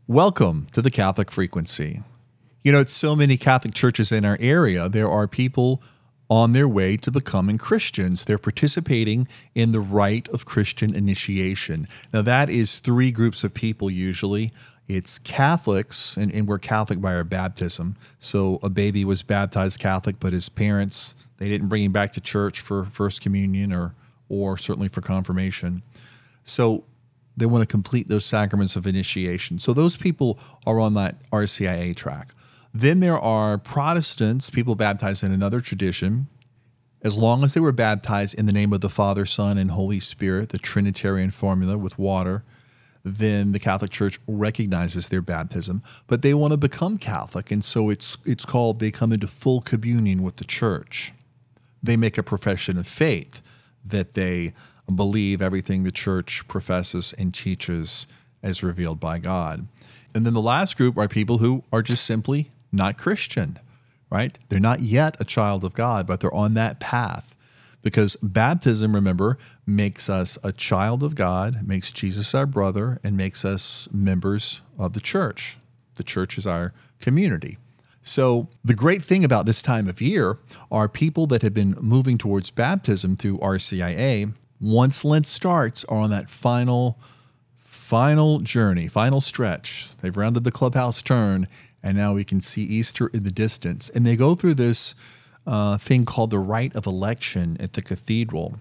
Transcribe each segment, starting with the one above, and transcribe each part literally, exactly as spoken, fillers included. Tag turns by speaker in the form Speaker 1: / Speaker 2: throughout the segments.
Speaker 1: Welcome to the Catholic Frequency. You know, it's so many Catholic churches in our area, there are people on their way to becoming Christians. They're participating in the rite of Christian initiation. Now, that is three groups of people usually. It's Catholics, and, and we're Catholic by our baptism. So a baby was baptized Catholic, but his parents, they didn't bring him back to church for First Communion or, or certainly for confirmation. So they want to complete those sacraments of initiation. So those people are on that R C I A track. Then there are Protestants, people baptized in another tradition. As long as they were baptized in the name of the Father, Son, and Holy Spirit, the Trinitarian formula with water, then the Catholic Church recognizes their baptism. But they want to become Catholic, and so it's it's called they come into full communion with the Church. They make a profession of faith that they believe everything the Church professes and teaches as revealed by God. And then the last group are people who are just simply not Christian, right? They're not yet a child of God, but they're on that path. Because baptism, remember, makes us a child of God, makes Jesus our brother, and makes us members of the Church. The Church is our community. So the great thing about this time of year are people that have been moving towards baptism through R C I A, once Lent starts, are on that final, final journey, final stretch. They've rounded the clubhouse turn, and now we can see Easter in the distance. And they go through this uh, thing called the rite of election at the cathedral.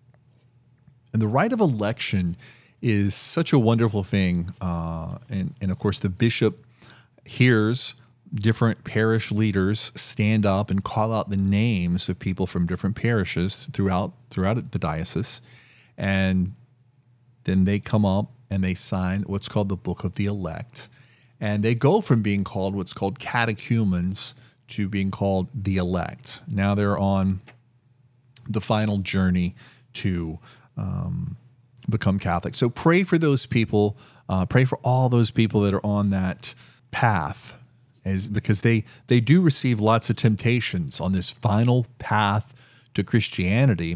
Speaker 1: And the rite of election is such a wonderful thing. Uh, and, and of course, the bishop hears different parish leaders stand up and call out the names of people from different parishes throughout throughout the diocese. And then they come up and they sign what's called the Book of the Elect. And they go from being called what's called catechumens to being called the elect. Now they're on the final journey to um, become Catholic. So pray for those people. Uh, pray for all those people that are on that path, as because they, they do receive lots of temptations on this final path to Christianity.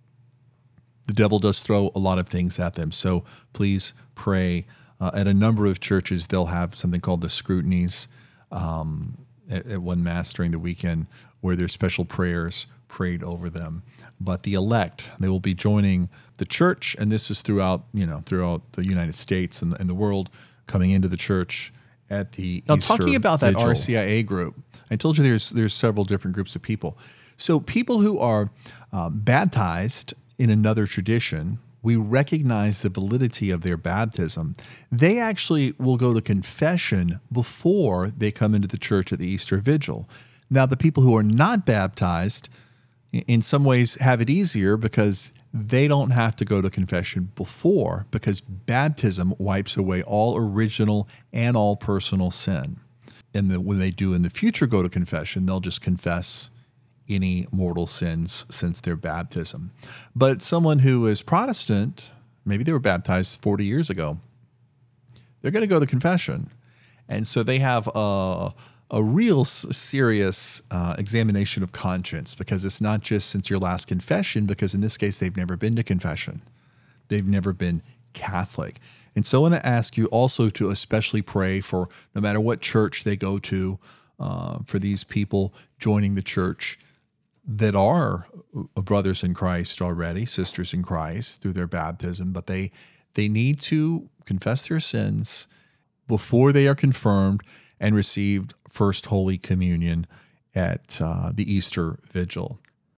Speaker 1: The devil does throw a lot of things at them. So please pray. Uh, at a number of churches, they'll have something called the scrutinies um, at, at one Mass during the weekend where there's special prayers prayed over them. But the elect, they will be joining the church, and this is throughout, you know, throughout the United States and, and the world, coming into the church at the now, Easter talking about that vigil. R C I A group, I told you there's there's several different groups of people. So people who are um, baptized in another tradition, we recognize the validity of their baptism. They actually will go to confession before they come into the church at the Easter Vigil. Now, the people who are not baptized, in some ways, have it easier because they don't have to go to confession before, because baptism wipes away all original and all personal sin. And the, when they do in the future go to confession, they'll just confess any mortal sins since their baptism. But someone who is Protestant, maybe they were baptized forty years ago, they're going to go to confession. And so they have a, a real serious uh, examination of conscience, because it's not just since your last confession, because in this case, they've never been to confession. They've never been Catholic. And so I want to ask you also to especially pray for, no matter what church they go to, uh, for these people joining the church that are brothers in Christ already, sisters in Christ through their baptism, but they they need to confess their sins before they are confirmed and received First Holy Communion at uh, the Easter Vigil.